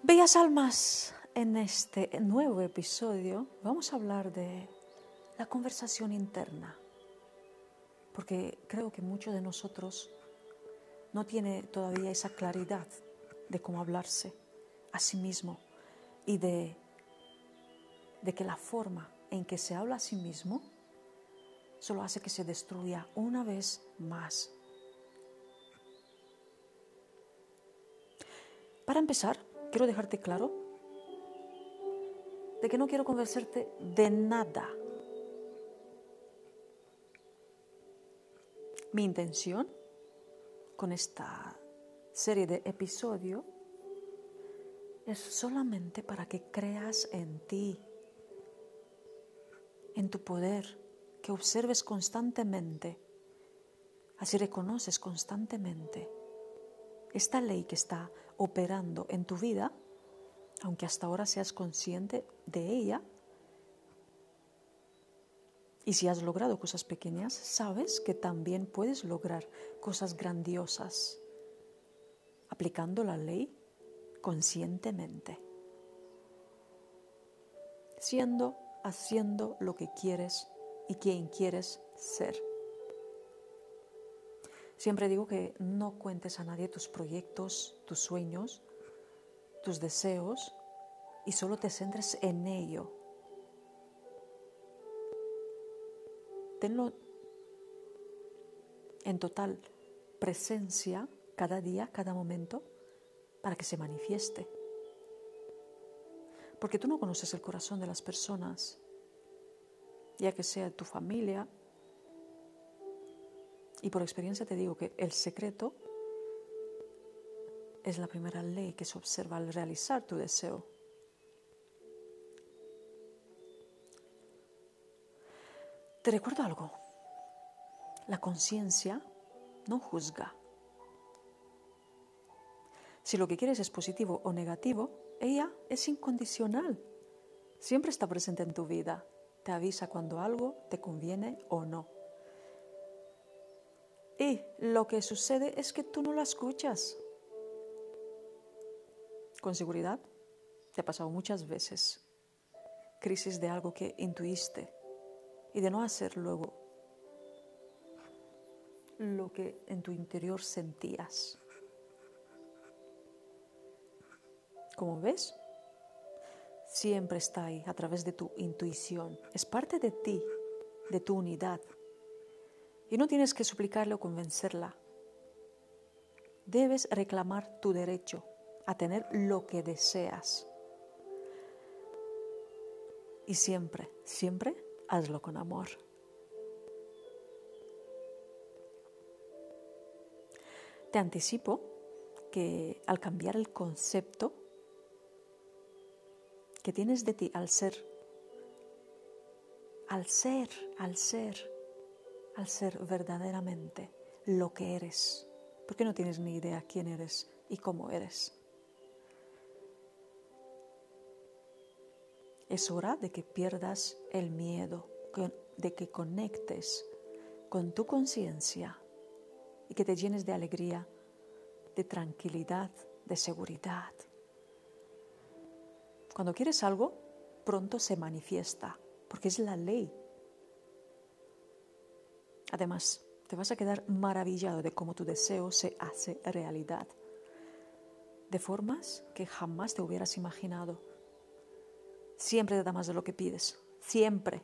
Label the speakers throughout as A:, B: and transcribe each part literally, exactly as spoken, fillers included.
A: Bellas almas, en este nuevo episodio vamos a hablar de la conversación interna, porque creo que muchos de nosotros no tiene todavía esa claridad de cómo hablarse a sí mismo y de, de que la forma en que se habla a sí mismo solo hace que se destruya una vez más. Para empezar, quiero dejarte claro de que no quiero convencerte de nada. Mi intención con esta serie de episodios es solamente para que creas en ti, en tu poder, que observes constantemente, así reconoces constantemente esta ley que está operando en tu vida, aunque hasta ahora seas consciente de ella. Y si has logrado cosas pequeñas, sabes que también puedes lograr cosas grandiosas aplicando la ley conscientemente, siendo, haciendo lo que quieres y quien quieres ser. Siempre digo que no cuentes a nadie tus proyectos, tus sueños, tus deseos y solo te centres en ello. Tenlo en total presencia cada día, cada momento, para que se manifieste. Porque tú no conoces el corazón de las personas, ya que sea tu familia. Y por experiencia te digo que el secreto es la primera ley que se observa al realizar tu deseo. Te recuerdo algo. La conciencia no juzga. Si lo que quieres es positivo o negativo, ella es incondicional. Siempre está presente en tu vida. Te avisa cuando algo te conviene o no. Y lo que sucede es que tú no la escuchas. Con seguridad, te ha pasado muchas veces. Crisis de algo que intuiste y de no hacer luego lo que en tu interior sentías. Como ves, siempre está ahí a través de tu intuición. Es parte de ti, de tu unidad. Y no tienes que suplicarle o convencerla. Debes reclamar tu derecho a tener lo que deseas. Y siempre, siempre hazlo con amor. Te anticipo que al cambiar el concepto que tienes de ti al ser, al ser, al ser, al ser verdaderamente lo que eres, porque no tienes ni idea quién eres y cómo eres. Es hora de que pierdas el miedo, de que conectes con tu conciencia y que te llenes de alegría, de tranquilidad, de seguridad. Cuando quieres algo, pronto se manifiesta, porque es la ley. Además, te vas a quedar maravillado de cómo tu deseo se hace realidad, de formas que jamás te hubieras imaginado. Siempre te da más de lo que pides, siempre.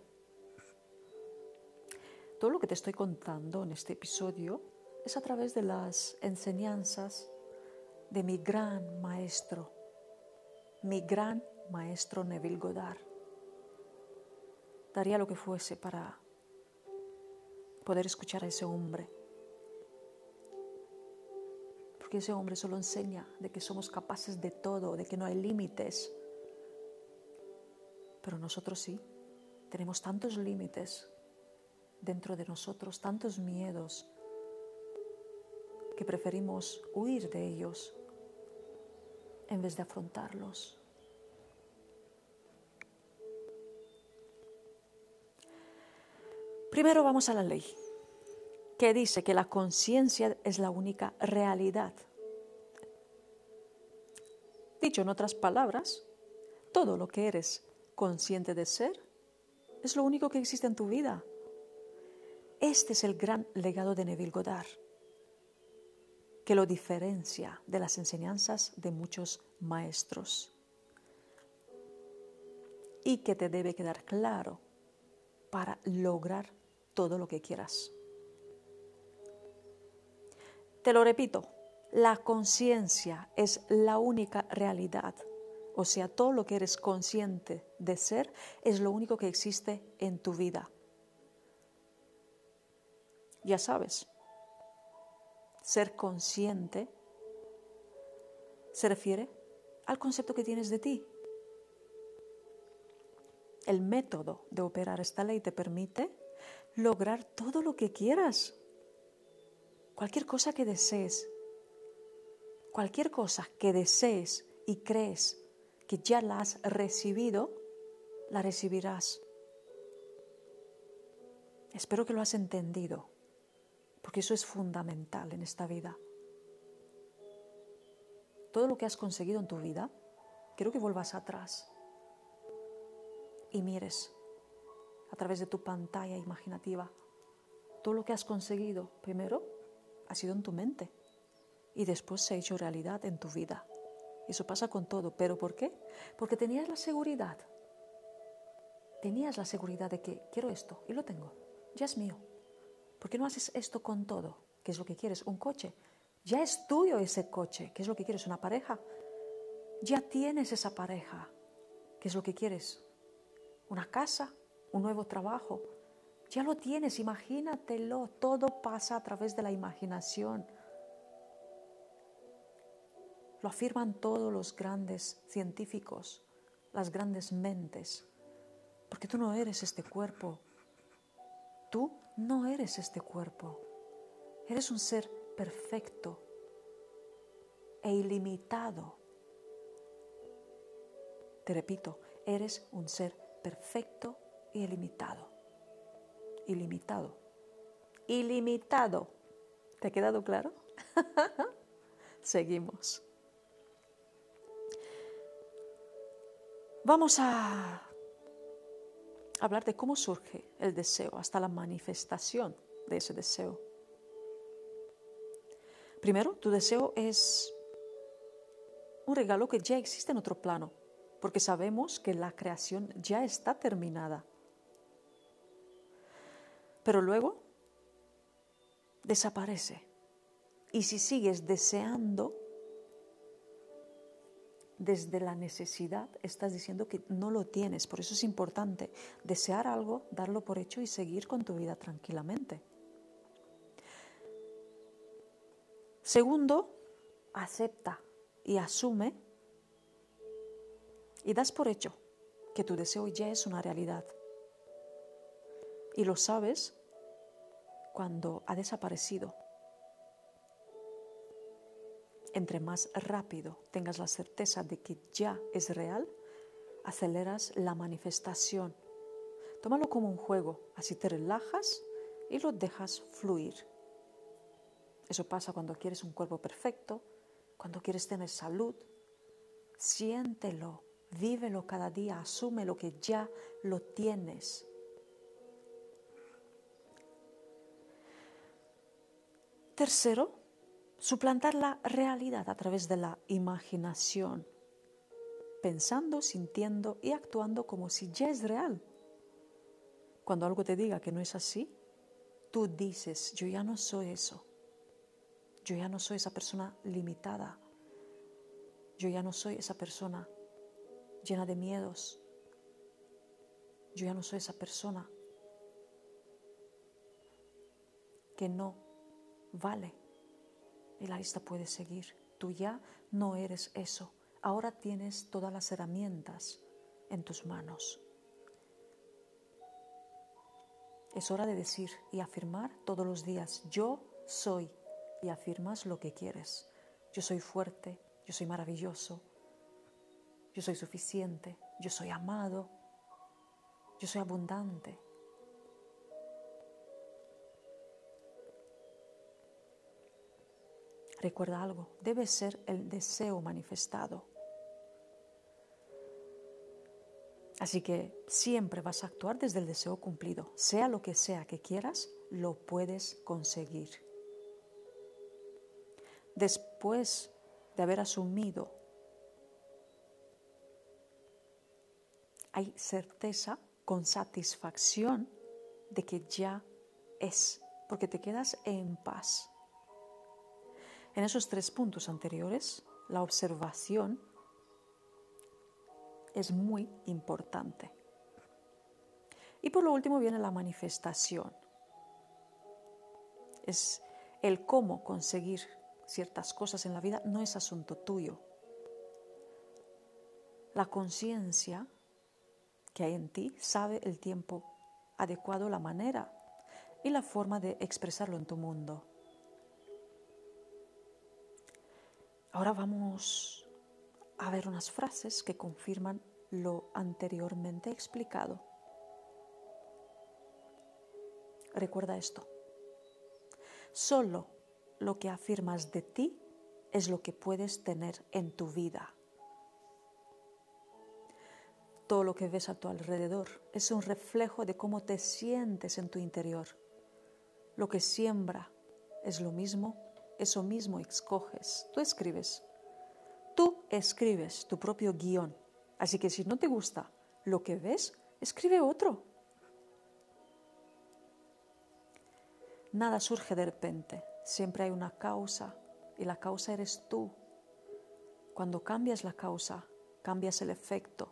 A: Todo lo que te estoy contando en este episodio es a través de las enseñanzas de mi gran maestro, mi gran maestro Neville Goddard. Daría lo que fuese para poder escuchar a ese hombre, porque ese hombre solo enseña de que somos capaces de todo, de que no hay límites. Pero nosotros sí, tenemos tantos límites dentro de nosotros, tantos miedos, que preferimos huir de ellos en vez de afrontarlos. Primero vamos a la ley, que dice que la conciencia es la única realidad. Dicho en otras palabras, todo lo que eres consciente de ser es lo único que existe en tu vida. Este es el gran legado de Neville Goddard, que lo diferencia de las enseñanzas de muchos maestros y que te debe quedar claro para lograr todo lo que quieras. Te lo repito, la conciencia es la única realidad. O sea, todo lo que eres consciente de ser es lo único que existe en tu vida. Ya sabes, ser consciente se refiere al concepto que tienes de ti. El método de operar esta ley te permite lograr todo lo que quieras. Cualquier cosa que desees, cualquier cosa que desees y crees que ya la has recibido, la recibirás. Espero que lo has entendido, porque eso es fundamental en esta vida. Todo lo que has conseguido en tu vida, quiero que vuelvas atrás y mires a través de tu pantalla imaginativa. Todo lo que has conseguido, primero, ha sido en tu mente y después se ha hecho realidad en tu vida. Eso pasa con todo. ¿Pero por qué? Porque tenías la seguridad. Tenías la seguridad de que quiero esto y lo tengo. Ya es mío. ¿Por qué no haces esto con todo? ¿Qué es lo que quieres? Un coche. Ya es tuyo ese coche. ¿Qué es lo que quieres? Una pareja. Ya tienes esa pareja. ¿Qué es lo que quieres? Una casa, un nuevo trabajo. Ya lo tienes, imagínatelo. Todo pasa a través de la imaginación. Lo afirman todos los grandes científicos, las grandes mentes. Porque tú no eres este cuerpo. Tú no eres este cuerpo. Eres un ser perfecto e ilimitado. Te repito, eres un ser perfecto e ilimitado. Ilimitado. Ilimitado. ¿Te ha quedado claro? Seguimos. Vamos a hablar de cómo surge el deseo hasta la manifestación de ese deseo. Primero, tu deseo es un regalo que ya existe en otro plano, porque sabemos que la creación ya está terminada. Pero luego desaparece. Y si sigues deseando, desde la necesidad estás diciendo que no lo tienes. Por eso es importante desear algo, darlo por hecho y seguir con tu vida tranquilamente. Segundo, acepta y asume y das por hecho que tu deseo ya es una realidad. Y lo sabes cuando ha desaparecido. Entre más rápido tengas la certeza de que ya es real, aceleras la manifestación. Tómalo como un juego, así te relajas y lo dejas fluir. Eso pasa cuando quieres un cuerpo perfecto, cuando quieres tener salud. Siéntelo, vívelo cada día, asume lo que ya lo tienes. Tercero, suplantar la realidad a través de la imaginación, pensando, sintiendo y actuando como si ya es real. Cuando algo te diga que no es así, tú dices, yo ya no soy eso. Yo ya no soy esa persona limitada. Yo ya no soy esa persona llena de miedos. Yo ya no soy esa persona que no vale. Y la lista puede seguir. Tú ya no eres eso. Ahora tienes todas las herramientas en tus manos. Es hora de decir y afirmar todos los días, yo soy, y afirmas lo que quieres. Yo soy fuerte, yo soy maravilloso, yo soy suficiente, yo soy amado, yo soy abundante. Recuerda algo, debe ser el deseo manifestado. Así que siempre vas a actuar desde el deseo cumplido. Sea lo que sea que quieras, lo puedes conseguir. Después de haber asumido, hay certeza con satisfacción de que ya es, porque te quedas en paz. En esos tres puntos anteriores, la observación es muy importante. Y por lo último viene la manifestación. Es el cómo conseguir ciertas cosas en la vida, no es asunto tuyo. La conciencia que hay en ti sabe el tiempo adecuado, la manera y la forma de expresarlo en tu mundo. Ahora vamos a ver unas frases que confirman lo anteriormente explicado. Recuerda esto. Solo lo que afirmas de ti es lo que puedes tener en tu vida. Todo lo que ves a tu alrededor es un reflejo de cómo te sientes en tu interior. Lo que siembra es lo mismo, eso mismo escoges. Tú escribes. Tú escribes tu propio guión. Así que si no te gusta lo que ves, escribe otro. Nada surge de repente. Siempre hay una causa y la causa eres tú. Cuando cambias la causa, cambias el efecto.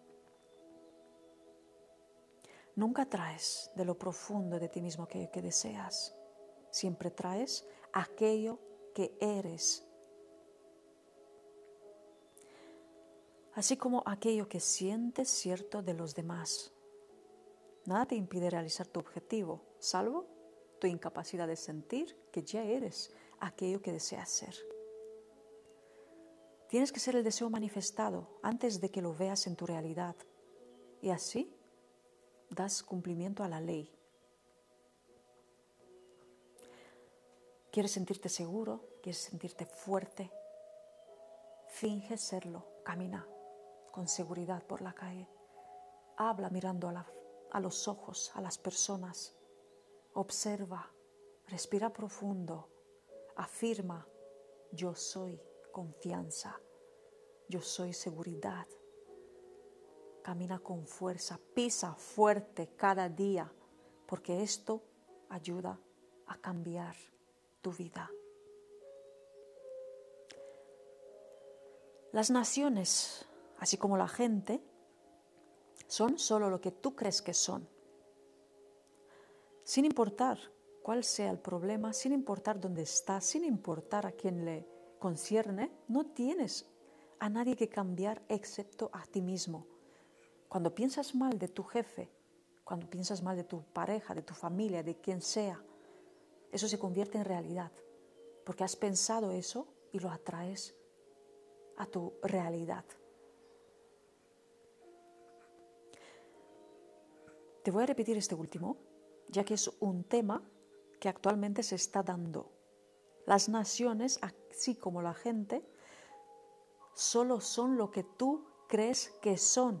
A: Nunca traes de lo profundo de ti mismo aquello que deseas. Siempre traes aquello que eres. Así como aquello que sientes cierto de los demás. Nada te impide realizar tu objetivo, salvo tu incapacidad de sentir que ya eres aquello que deseas ser. Tienes que ser el deseo manifestado antes de que lo veas en tu realidad. Y así das cumplimiento a la ley. ¿Quieres sentirte seguro? ¿Quieres sentirte fuerte? Finge serlo. Camina con seguridad por la calle. Habla mirando a, la, a los ojos, a las personas. Observa, respira profundo. Afirma, yo soy confianza. Yo soy seguridad. Camina con fuerza, pisa fuerte cada día, porque esto ayuda a cambiar tu vida. Las naciones, así como la gente, son solo lo que tú crees que son. Sin importar cuál sea el problema, sin importar dónde estás, sin importar a quién le concierne, no tienes a nadie que cambiar excepto a ti mismo. Cuando piensas mal de tu jefe, cuando piensas mal de tu pareja, de tu familia, de quien sea, eso se convierte en realidad, porque has pensado eso y lo atraes a tu realidad. Te voy a repetir este último, ya que es un tema que actualmente se está dando. Las naciones, así como la gente, solo son lo que tú crees que son,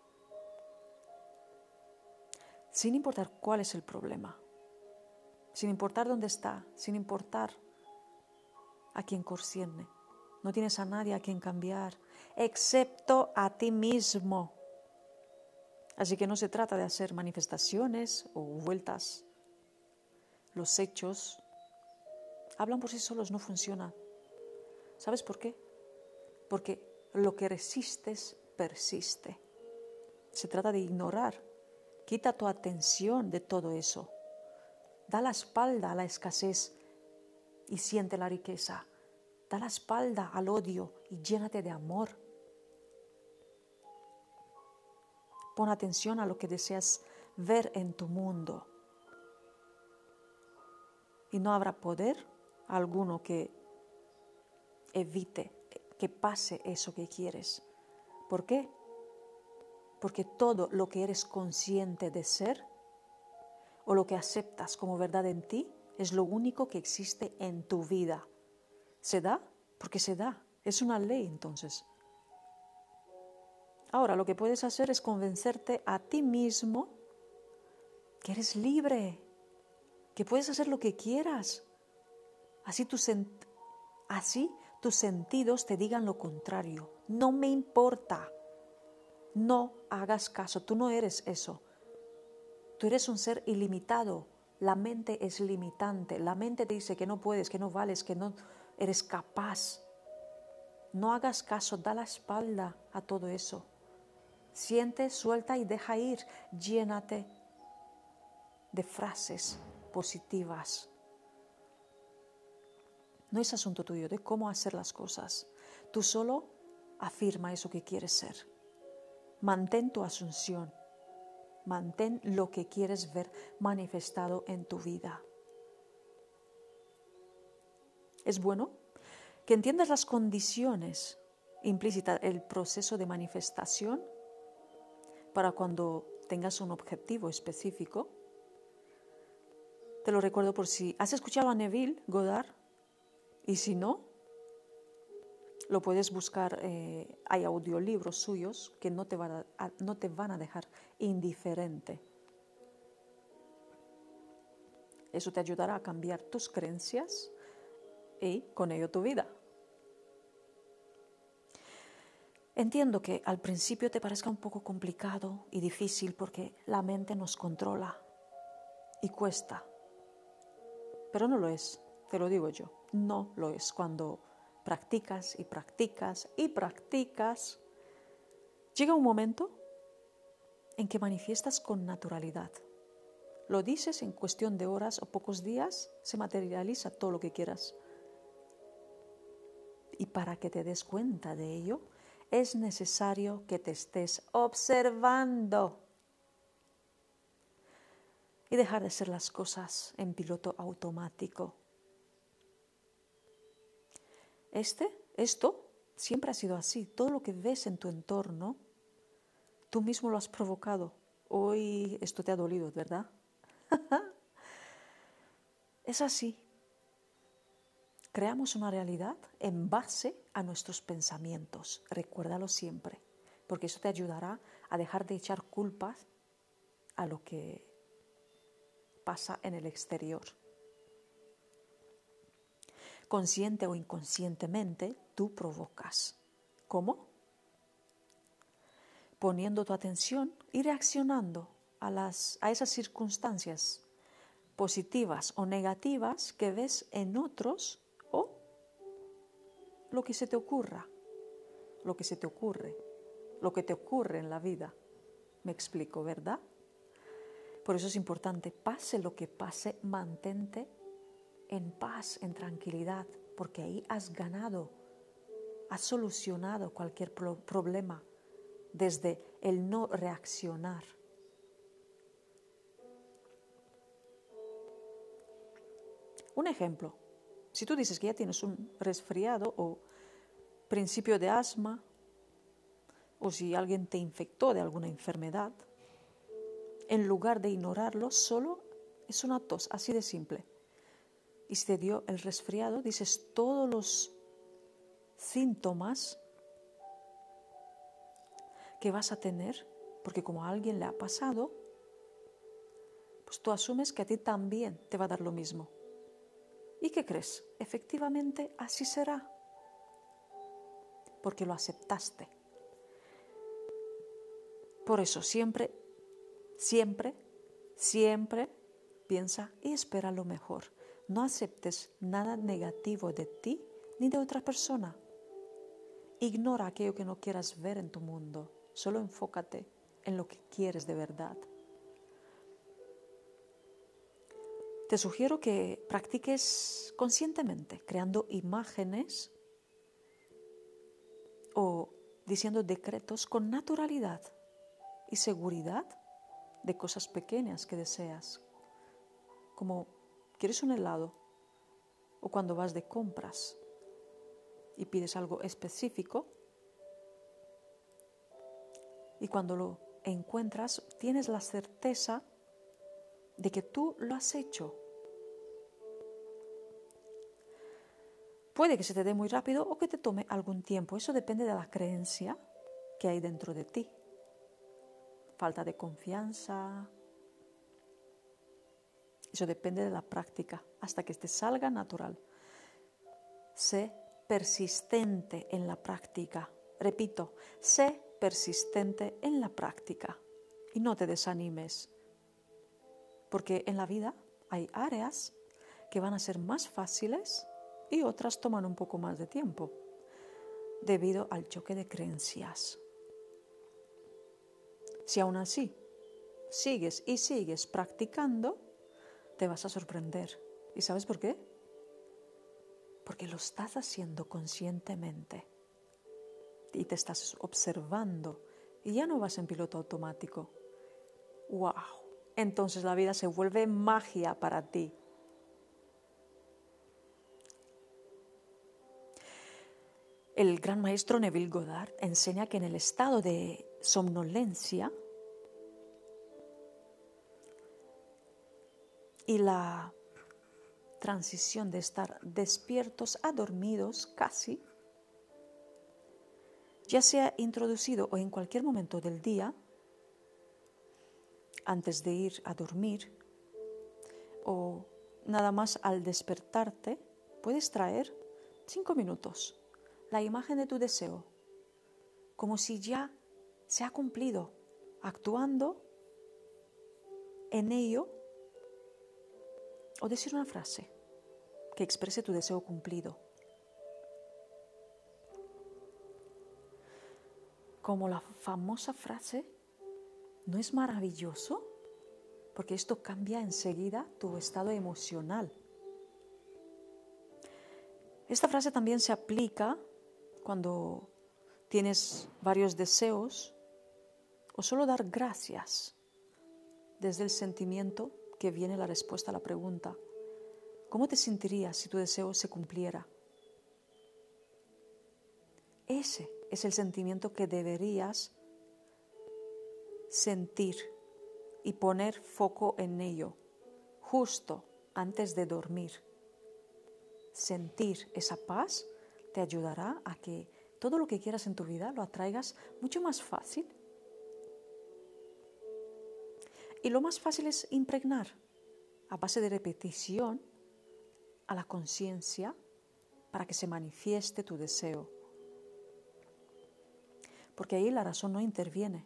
A: sin importar cuál es el problema, sin importar dónde está, sin importar a quién concierne. No tienes a nadie a quien cambiar, excepto a ti mismo. Así que no se trata de hacer manifestaciones o vueltas. Los hechos hablan por sí solos, no funcionan. ¿Sabes por qué? Porque lo que resistes persiste. Se trata de ignorar. Quita tu atención de todo eso. Da la espalda a la escasez y siente la riqueza. Da la espalda al odio y llénate de amor. Pon atención a lo que deseas ver en tu mundo. Y no habrá poder alguno que evite que pase eso que quieres. ¿Por qué? Porque todo lo que eres consciente de ser o lo que aceptas como verdad en ti es lo único que existe en tu vida. ¿Se da? Porque se da. Es una ley entonces. Ahora, lo que puedes hacer es convencerte a ti mismo que eres libre, que puedes hacer lo que quieras. Así, tu sen- así tus sentidos te digan lo contrario. No me importa. No hagas caso. Tú no eres eso. Tú eres un ser ilimitado. La mente es limitante. La mente te dice que no puedes, que no vales, que no eres capaz. No hagas caso. Da la espalda a todo eso. Siente, suelta y deja ir. Llénate de frases positivas. No es asunto tuyo de cómo hacer las cosas. Tú solo afirma eso que quieres ser. Mantén tu asunción. Mantén lo que quieres ver manifestado en tu vida. Es bueno que entiendas las condiciones implícitas, el proceso de manifestación, para cuando tengas un objetivo específico. Te lo recuerdo por si has escuchado a Neville Goddard, y si no, lo puedes buscar. Eh, hay audiolibros suyos que no te, van a, no te van a dejar indiferente. Eso te ayudará a cambiar tus creencias y con ello tu vida. Entiendo que al principio te parezca un poco complicado y difícil porque la mente nos controla y cuesta. Pero no lo es, te lo digo yo, no lo es. Cuando practicas y practicas y practicas, llega un momento en que manifiestas con naturalidad. Lo dices en cuestión de horas o pocos días, se materializa todo lo que quieras. Y para que te des cuenta de ello, es necesario que te estés observando y dejar de hacer las cosas en piloto automático. Este, esto siempre ha sido así. Todo lo que ves en tu entorno, tú mismo lo has provocado. Hoy esto te ha dolido, ¿verdad? Es así. Creamos una realidad en base a nuestros pensamientos. Recuérdalo siempre, porque eso te ayudará a dejar de echar culpas a lo que pasa en el exterior. Consciente o inconscientemente, tú provocas. ¿Cómo? Poniendo tu atención y reaccionando a, las, a esas circunstancias positivas o negativas que ves en otros o lo que se te ocurra, lo que se te ocurre, lo que te ocurre en la vida. Me explico, ¿verdad? Por eso es importante, pase lo que pase, mantente en paz, en tranquilidad, porque ahí has ganado, has solucionado cualquier pro- problema desde el no reaccionar. Un ejemplo, si tú dices que ya tienes un resfriado o principio de asma, o si alguien te infectó de alguna enfermedad, en lugar de ignorarlo, solo es una tos, así de simple. Y si te dio el resfriado, dices todos los síntomas que vas a tener, porque como a alguien le ha pasado, pues tú asumes que a ti también te va a dar lo mismo. ¿Y qué crees? Efectivamente, así será, porque lo aceptaste. Por eso siempre, siempre, siempre piensa y espera lo mejor. No aceptes nada negativo de ti ni de otra persona. Ignora aquello que no quieras ver en tu mundo. Solo enfócate en lo que quieres de verdad. Te sugiero que practiques conscientemente, creando imágenes o diciendo decretos con naturalidad y seguridad de cosas pequeñas que deseas, como quieres un helado o cuando vas de compras y pides algo específico y cuando lo encuentras tienes la certeza de que tú lo has hecho. Puede que se te dé muy rápido o que te tome algún tiempo. Eso depende de la creencia que hay dentro de ti. Falta de confianza. Eso depende de la práctica, hasta que te salga natural. Sé persistente en la práctica. Repito, sé persistente en la práctica y no te desanimes, porque en la vida hay áreas que van a ser más fáciles y otras toman un poco más de tiempo, debido al choque de creencias. Si aún así sigues y sigues practicando, te vas a sorprender. ¿Y sabes por qué? Porque lo estás haciendo conscientemente y te estás observando y ya no vas en piloto automático. ¡Wow! Entonces la vida se vuelve magia para ti. El gran maestro Neville Goddard enseña que en el estado de somnolencia y la transición de estar despiertos a dormidos casi, ya sea introducido o en cualquier momento del día, antes de ir a dormir o nada más al despertarte, puedes traer cinco minutos la imagen de tu deseo, como si ya se ha cumplido, actuando en ello, o decir una frase que exprese tu deseo cumplido. Como la famosa frase, ¿no es maravilloso? Porque esto cambia enseguida tu estado emocional. Esta frase también se aplica cuando tienes varios deseos o solo dar gracias desde el sentimiento que viene la respuesta a la pregunta. ¿Cómo te sentirías si tu deseo se cumpliera? Ese es el sentimiento que deberías sentir y poner foco en ello, justo antes de dormir. Sentir esa paz te ayudará a que todo lo que quieras en tu vida lo atraigas mucho más fácil. Y lo más fácil es impregnar a base de repetición a la conciencia para que se manifieste tu deseo. Porque ahí la razón no interviene.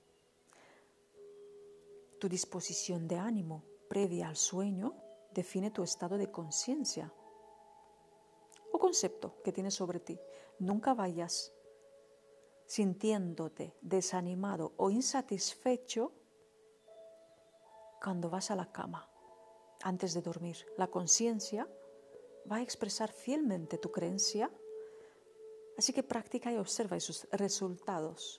A: Tu disposición de ánimo previa al sueño define tu estado de conciencia o concepto que tienes sobre ti. Nunca vayas sintiéndote desanimado o insatisfecho cuando vas a la cama, antes de dormir. La conciencia va a expresar fielmente tu creencia, así que practica y observa esos resultados.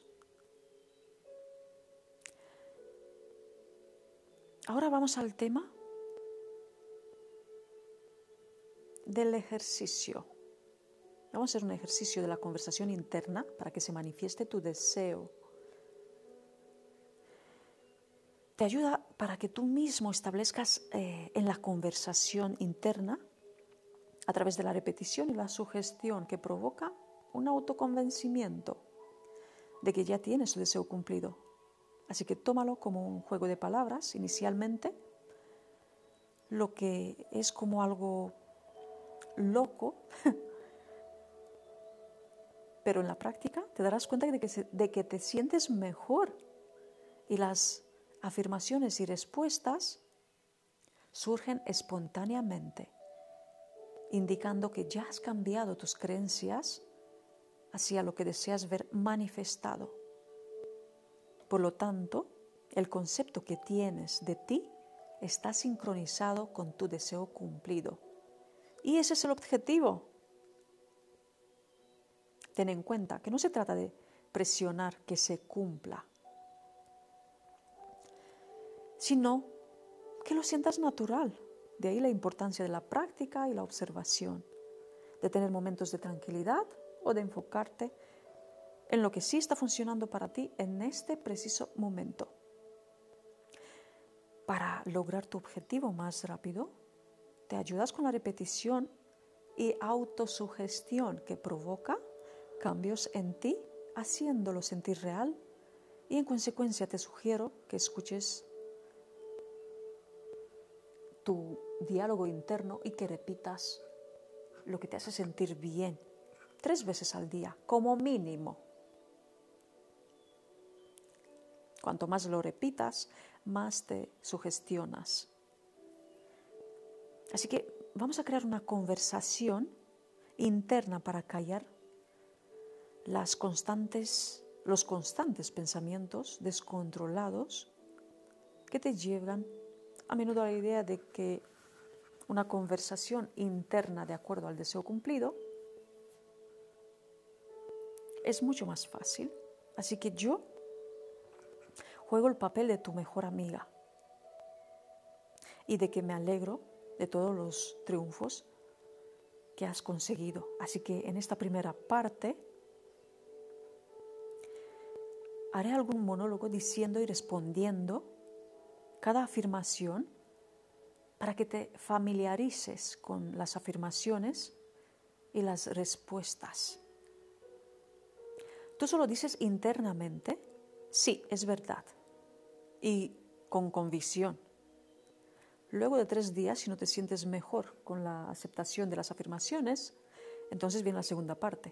A: Ahora vamos al tema del ejercicio. Vamos a hacer un ejercicio de la conversación interna para que se manifieste tu deseo. Te ayuda para que tú mismo establezcas eh, en la conversación interna, a través de la repetición y la sugestión que provoca un autoconvencimiento de que ya tienes tu deseo cumplido. Así que tómalo como un juego de palabras inicialmente, lo que es como algo loco, pero en la práctica te darás cuenta de que, se, de que te sientes mejor y las afirmaciones y respuestas surgen espontáneamente, indicando que ya has cambiado tus creencias hacia lo que deseas ver manifestado. Por lo tanto, el concepto que tienes de ti está sincronizado con tu deseo cumplido. Y ese es el objetivo. Ten en cuenta que no se trata de presionar que se cumpla, sino que lo sientas natural. De ahí la importancia de la práctica y la observación, de tener momentos de tranquilidad o de enfocarte en lo que sí está funcionando para ti en este preciso momento. Para lograr tu objetivo más rápido, te ayudas con la repetición y autosugestión que provoca cambios en ti haciéndolo sentir real y en consecuencia te sugiero que escuches tu diálogo interno y que repitas lo que te hace sentir bien tres veces al día, como mínimo. Cuanto más lo repitas, más te sugestionas. Así que vamos a crear una conversación interna para callar las constantes, los constantes pensamientos descontrolados que te llevan a menudo a la idea de que una conversación interna de acuerdo al deseo cumplido es mucho más fácil. Así que yo juego el papel de tu mejor amiga y de que me alegro de todos los triunfos que has conseguido. Así que en esta primera parte haré algún monólogo diciendo y respondiendo cada afirmación para que te familiarices con las afirmaciones y las respuestas. Tú solo dices internamente, sí, es verdad, y con convicción. Luego de tres días, si no te sientes mejor con la aceptación de las afirmaciones, entonces viene la segunda parte.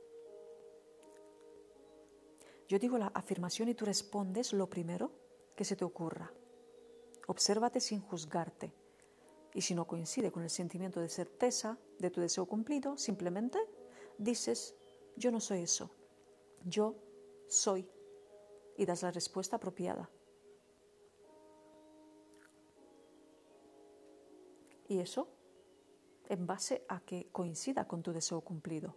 A: Yo digo la afirmación y tú respondes lo primero que se te ocurra. Obsérvate sin juzgarte. Y si no coincide con el sentimiento de certeza de tu deseo cumplido, simplemente dices, yo no soy eso, yo soy, y das la respuesta apropiada. Y eso en base a que coincida con tu deseo cumplido.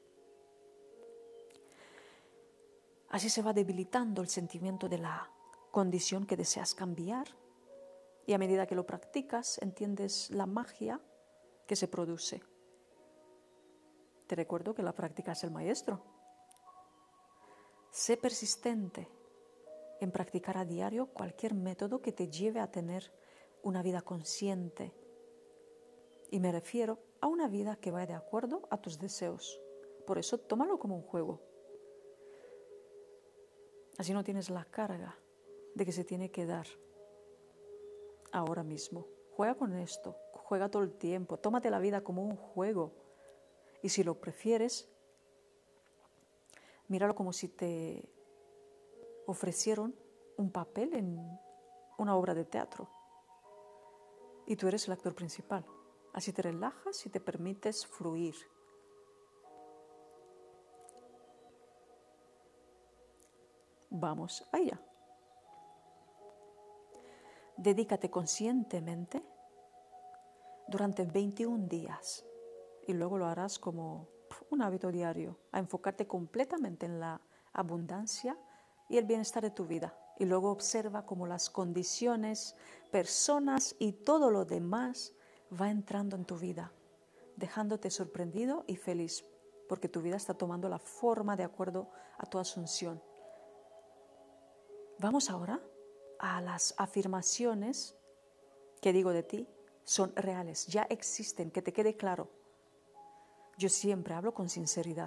A: Así se va debilitando el sentimiento de la condición que deseas cambiar. Y a medida que lo practicas, entiendes la magia que se produce. Te recuerdo que la práctica es el maestro. Sé persistente en practicar a diario cualquier método que te lleve a tener una vida consciente. Y me refiero a una vida que vaya de acuerdo a tus deseos. Por eso, tómalo como un juego. Así no tienes la carga de que se tiene que dar ahora mismo. Juega con esto, juega todo el tiempo, tómate la vida como un juego. Y si lo prefieres, míralo como si te ofrecieron un papel en una obra de teatro. Y tú eres el actor principal. Así te relajas y te permites fluir. Vamos allá. Dedícate conscientemente durante veintiún días y luego lo harás como un hábito diario, a enfocarte completamente en la abundancia y el bienestar de tu vida. Y luego observa cómo las condiciones, personas y todo lo demás va entrando en tu vida, dejándote sorprendido y feliz, porque tu vida está tomando la forma de acuerdo a tu asunción. Vamos ahora a las afirmaciones que digo de ti, son reales, ya existen, que te quede claro. Yo siempre hablo con sinceridad.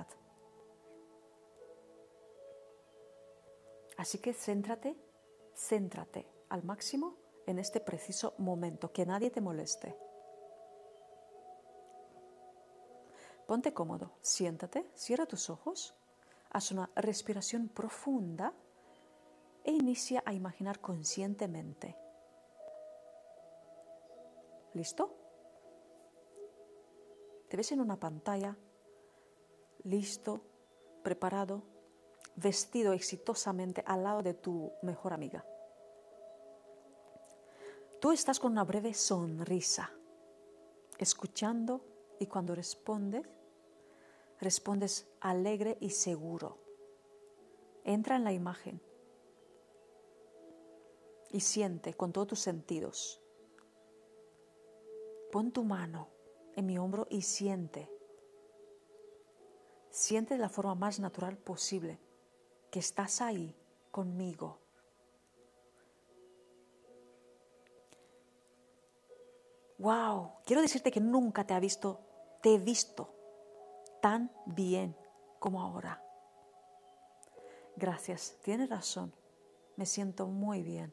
A: Así que céntrate, céntrate al máximo en este preciso momento, que nadie te moleste. Ponte cómodo, siéntate, cierra tus ojos, haz una respiración profunda e inicia a imaginar conscientemente. ¿Listo? Te ves en una pantalla, listo, preparado, vestido exitosamente al lado de tu mejor amiga. Tú estás con una breve sonrisa, escuchando, y cuando respondes, respondes alegre y seguro. Entra en la imagen y siente con todos tus sentidos. Pon tu mano en mi hombro y siente. Siente de la forma más natural posible que estás ahí conmigo. Wow, quiero decirte que nunca te he visto, te he visto tan bien como ahora. Gracias, tienes razón. Me siento muy bien.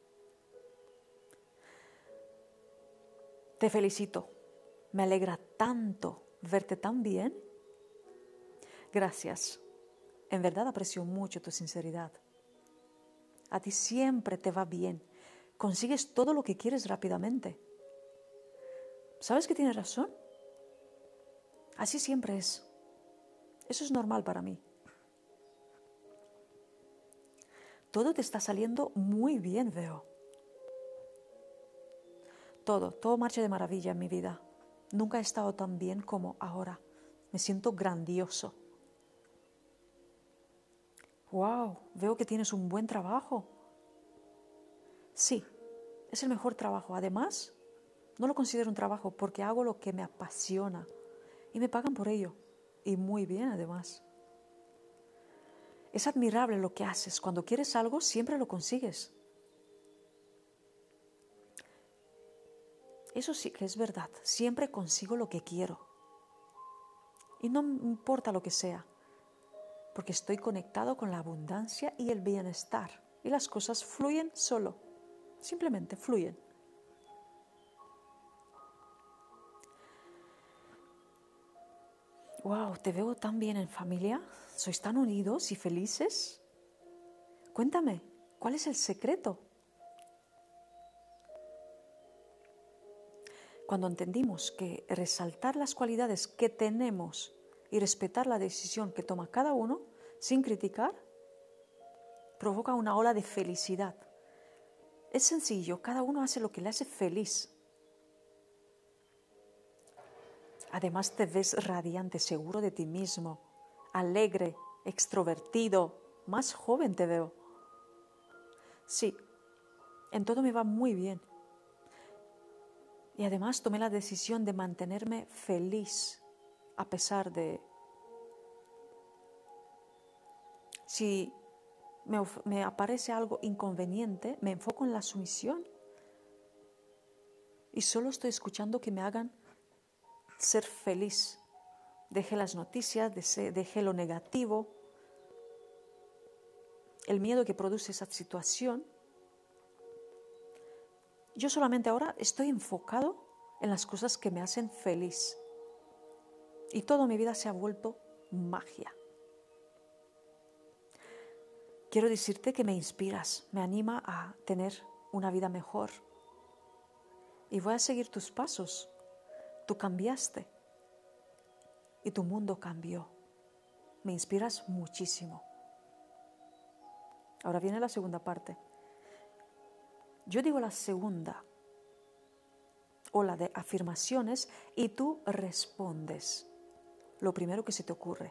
A: Te felicito. Me alegra tanto verte tan bien. Gracias. En verdad aprecio mucho tu sinceridad. A ti siempre te va bien. Consigues todo lo que quieres rápidamente. ¿Sabes que tienes razón? Así siempre es. Eso es normal para mí. Todo te está saliendo muy bien, veo. Todo, todo marcha de maravilla en mi vida. Nunca he estado tan bien como ahora. Me siento grandioso. Wow, veo que tienes un buen trabajo. Sí, es el mejor trabajo. Además, no lo considero un trabajo porque hago lo que me apasiona y me pagan por ello. Y muy bien, además. Es admirable lo que haces. Cuando quieres algo, siempre lo consigues. Eso sí que es verdad. Siempre consigo lo que quiero. Y no me importa lo que sea, porque estoy conectado con la abundancia y el bienestar. Y las cosas fluyen solo. Simplemente fluyen. Wow, te veo tan bien en familia. ¿Sois tan unidos y felices? Cuéntame, ¿cuál es el secreto? Cuando entendimos que resaltar las cualidades que tenemos y respetar la decisión que toma cada uno, sin criticar, provoca una ola de felicidad. Es sencillo, cada uno hace lo que le hace feliz. Además te ves radiante, seguro de ti mismo, alegre, extrovertido, más joven te veo. Sí, en todo me va muy bien. Y además tomé la decisión de mantenerme feliz a pesar de... Si me, me aparece algo inconveniente, me enfoco en la sumisión y solo estoy escuchando que me hagan ser feliz. Dejé las noticias, dejé lo negativo, el miedo que produce esa situación. Yo solamente ahora estoy enfocado en las cosas que me hacen feliz. Y toda mi vida se ha vuelto magia. Quiero decirte que me inspiras, me anima a tener una vida mejor. Y voy a seguir tus pasos. Tú cambiaste. Y tu mundo cambió. Me inspiras muchísimo. Ahora viene la segunda parte. Yo digo la segunda ola de afirmaciones y tú respondes lo primero que se te ocurre.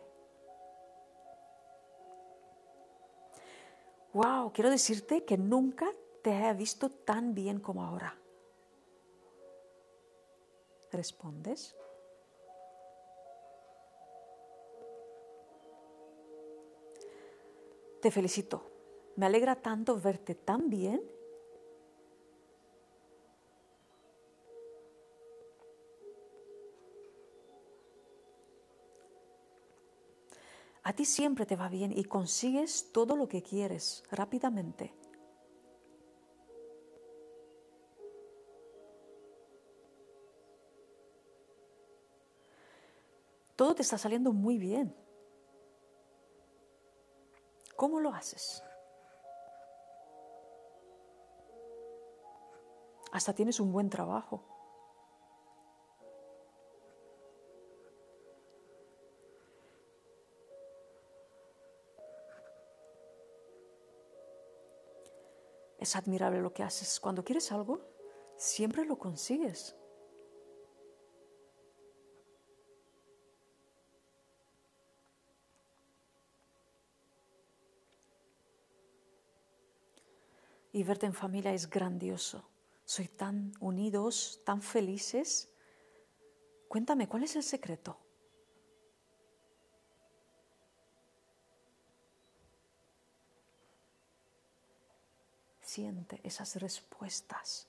A: Wow, quiero decirte que nunca te he visto tan bien como ahora. ¿Respondes? Te felicito. Me alegra tanto verte tan bien. A ti siempre te va bien y consigues todo lo que quieres rápidamente. Todo te está saliendo muy bien. ¿Cómo lo haces? Hasta tienes un buen trabajo. Es admirable lo que haces. Cuando quieres algo, siempre lo consigues. Y verte en familia es grandioso. Soy tan unidos, tan felices. Cuéntame, ¿cuál es el secreto? Siente esas respuestas.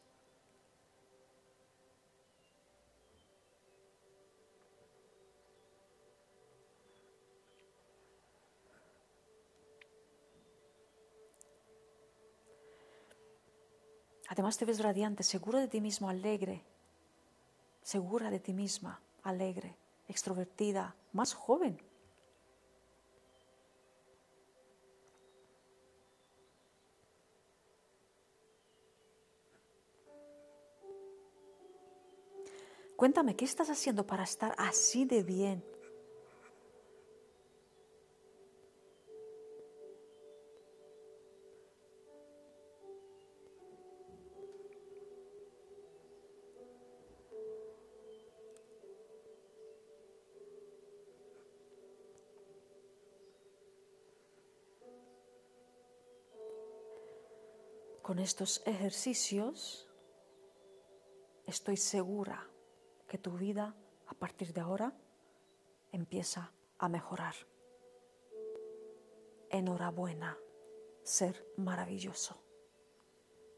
A: Además te ves radiante, seguro de ti mismo, alegre, segura de ti misma, alegre, extrovertida, más joven. Cuéntame, ¿qué estás haciendo para estar así de bien? Con estos ejercicios estoy segura que tu vida a partir de ahora empieza a mejorar. Enhorabuena, ser maravilloso.